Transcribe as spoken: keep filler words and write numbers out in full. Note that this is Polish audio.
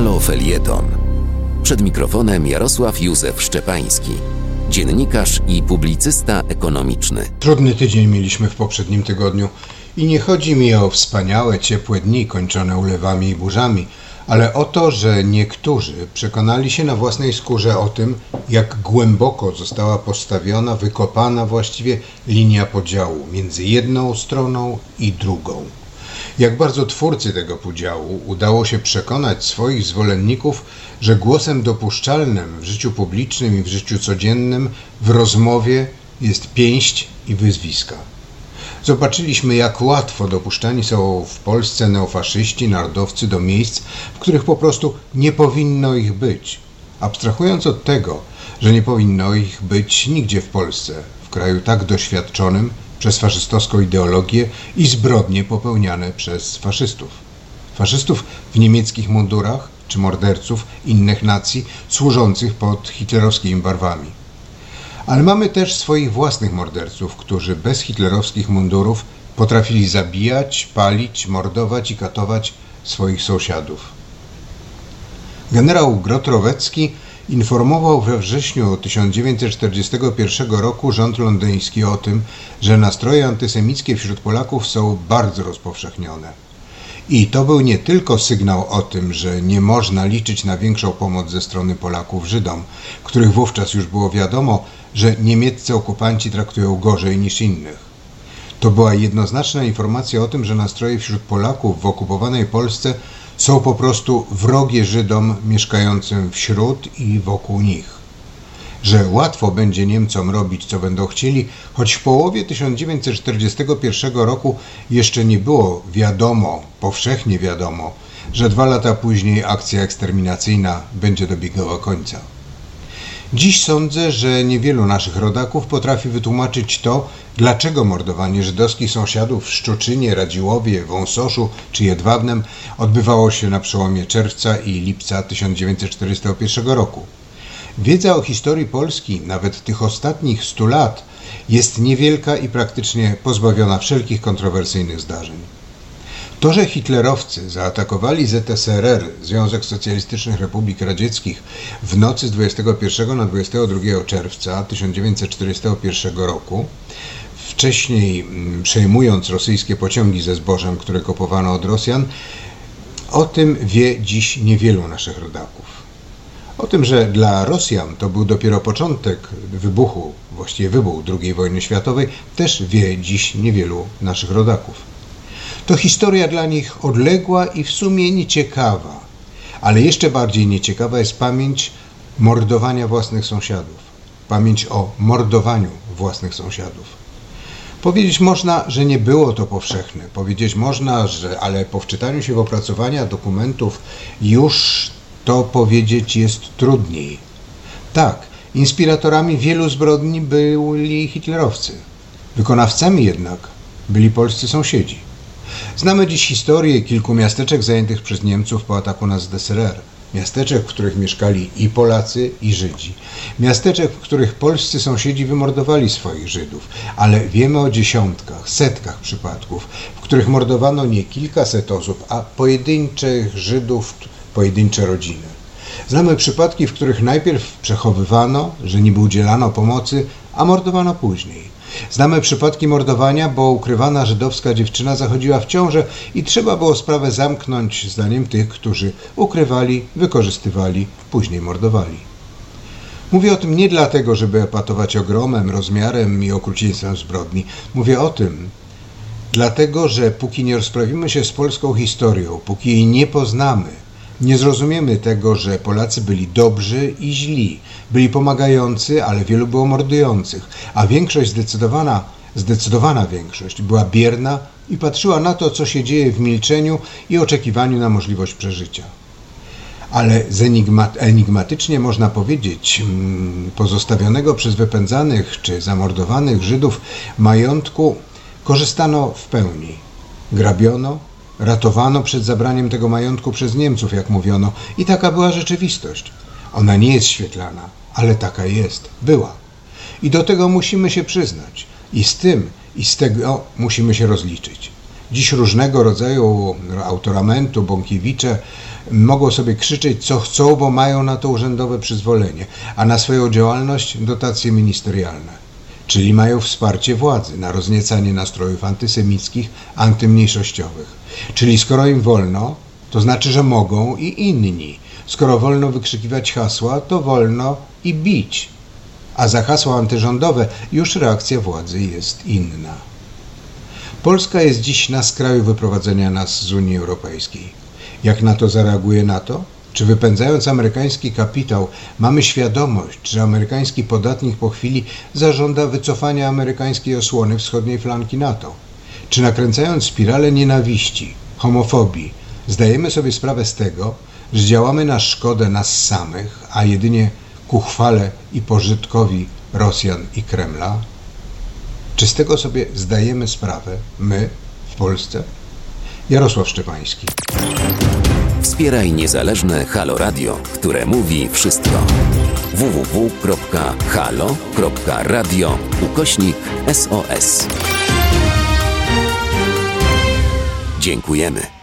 Halo Felieton. Przed mikrofonem Jarosław Józef Szczepański, dziennikarz i publicysta ekonomiczny. Trudny tydzień mieliśmy w poprzednim tygodniu i nie chodzi mi o wspaniałe, ciepłe dni kończone ulewami i burzami, ale o to, że niektórzy przekonali się na własnej skórze o tym, jak głęboko została postawiona, wykopana właściwie linia podziału między jedną stroną i drugą. Jak bardzo twórcy tego podziału udało się przekonać swoich zwolenników, że głosem dopuszczalnym w życiu publicznym i w życiu codziennym, w rozmowie jest pięść i wyzwiska. Zobaczyliśmy, jak łatwo dopuszczani są w Polsce neofaszyści, narodowcy do miejsc, w których po prostu nie powinno ich być. Abstrahując od tego, że nie powinno ich być nigdzie w Polsce, w kraju tak doświadczonym przez faszystowską ideologię i zbrodnie popełniane przez faszystów. Faszystów w niemieckich mundurach czy morderców innych nacji służących pod hitlerowskimi barwami. Ale mamy też swoich własnych morderców, którzy bez hitlerowskich mundurów potrafili zabijać, palić, mordować i katować swoich sąsiadów. Generał Grot-Rowecki informował we wrześniu tysiąc dziewięćset czterdziestego pierwszego roku rząd londyński o tym, że nastroje antysemickie wśród Polaków są bardzo rozpowszechnione. I to był nie tylko sygnał o tym, że nie można liczyć na większą pomoc ze strony Polaków Żydom, których wówczas już było wiadomo, że niemieccy okupanci traktują gorzej niż innych. To była jednoznaczna informacja o tym, że nastroje wśród Polaków w okupowanej Polsce są po prostu wrogie Żydom mieszkającym wśród i wokół nich. Że łatwo będzie Niemcom robić, co będą chcieli, choć w połowie tysiąc dziewięćset czterdziestego pierwszego roku jeszcze nie było wiadomo, powszechnie wiadomo, że dwa lata później akcja eksterminacyjna będzie dobiegała końca. Dziś sądzę, że niewielu naszych rodaków potrafi wytłumaczyć to, dlaczego mordowanie żydowskich sąsiadów w Szczuczynie, Radziłowie, Wąsoszu czy Jedwabnem odbywało się na przełomie czerwca i lipca tysiąc dziewięćset czterdziestego pierwszego roku. Wiedza o historii Polski, nawet tych ostatnich stu lat, jest niewielka i praktycznie pozbawiona wszelkich kontrowersyjnych zdarzeń. To, że hitlerowcy zaatakowali Z S R R, Związek Socjalistycznych Republik Radzieckich, w nocy z dwudziestego pierwszego na dwudziestego drugiego czerwca tysiąc dziewięćset czterdziestego pierwszego roku, wcześniej przejmując rosyjskie pociągi ze zbożem, które kupowano od Rosjan, o tym wie dziś niewielu naszych rodaków. O tym, że dla Rosjan to był dopiero początek wybuchu, właściwie wybuch drugiej wojny światowej, też wie dziś niewielu naszych rodaków. To historia dla nich odległa i w sumie nieciekawa, ale jeszcze bardziej nieciekawa jest pamięć mordowania własnych sąsiadów, pamięć o mordowaniu własnych sąsiadów. Powiedzieć można, że nie było to powszechne, powiedzieć można, że ale po wczytaniu się w opracowania dokumentów już to powiedzieć jest trudniej. Tak, inspiratorami wielu zbrodni byli hitlerowcy, wykonawcami jednak byli polscy sąsiedzi. Znamy dziś historię kilku miasteczek zajętych przez Niemców po ataku na Z S R R. Miasteczek, w których mieszkali i Polacy, i Żydzi. Miasteczek, w których polscy sąsiedzi wymordowali swoich Żydów. Ale wiemy o dziesiątkach, setkach przypadków, w których mordowano nie kilkaset osób, a pojedynczych Żydów, pojedyncze rodziny. Znamy przypadki, w których najpierw przechowywano, że niby udzielano pomocy, a mordowano później. Znamy przypadki mordowania, bo ukrywana żydowska dziewczyna zachodziła w ciążę i trzeba było sprawę zamknąć, zdaniem tych, którzy ukrywali, wykorzystywali, później mordowali. Mówię o tym nie dlatego, żeby epatować ogromem, rozmiarem i okrucieństwem zbrodni. Mówię o tym dlatego, że póki nie rozprawimy się z polską historią, póki jej nie poznamy, nie zrozumiemy tego, że Polacy byli dobrzy i źli, byli pomagający, ale wielu było mordujących, a większość zdecydowana, zdecydowana większość była bierna i patrzyła na to, co się dzieje w milczeniu i oczekiwaniu na możliwość przeżycia. Ale z enigmat, enigmatycznie można powiedzieć, pozostawionego przez wypędzanych czy zamordowanych Żydów majątku korzystano w pełni. Grabiono, ratowano przed zabraniem tego majątku przez Niemców, jak mówiono, i taka była rzeczywistość. Ona nie jest świetlana, ale taka jest, była. I do tego musimy się przyznać. I z tym, i z tego musimy się rozliczyć. Dziś różnego rodzaju autoramentu, bąkiewicze mogą sobie krzyczeć co chcą, bo mają na to urzędowe przyzwolenie, a na swoją działalność dotacje ministerialne. Czyli mają wsparcie władzy na rozniecanie nastrojów antysemickich, antymniejszościowych. Czyli skoro im wolno, to znaczy, że mogą i inni. Skoro wolno wykrzykiwać hasła, to wolno i bić. A za hasła antyrządowe już reakcja władzy jest inna. Polska jest dziś na skraju wyprowadzenia nas z Unii Europejskiej. Jak NATO zareaguje NATO? Czy wypędzając amerykański kapitał mamy świadomość, że amerykański podatnik po chwili zażąda wycofania amerykańskiej osłony wschodniej flanki NATO? Czy nakręcając spiralę nienawiści, homofobii, zdajemy sobie sprawę z tego, że działamy na szkodę nas samych, a jedynie ku chwale i pożytkowi Rosjan i Kremla? Czy z tego sobie zdajemy sprawę my w Polsce? Jarosław Szczepański. Wspieraj niezależne Halo Radio, które mówi wszystko. w w w kropka halo kropka radio ukośnik S O S. Dziękujemy.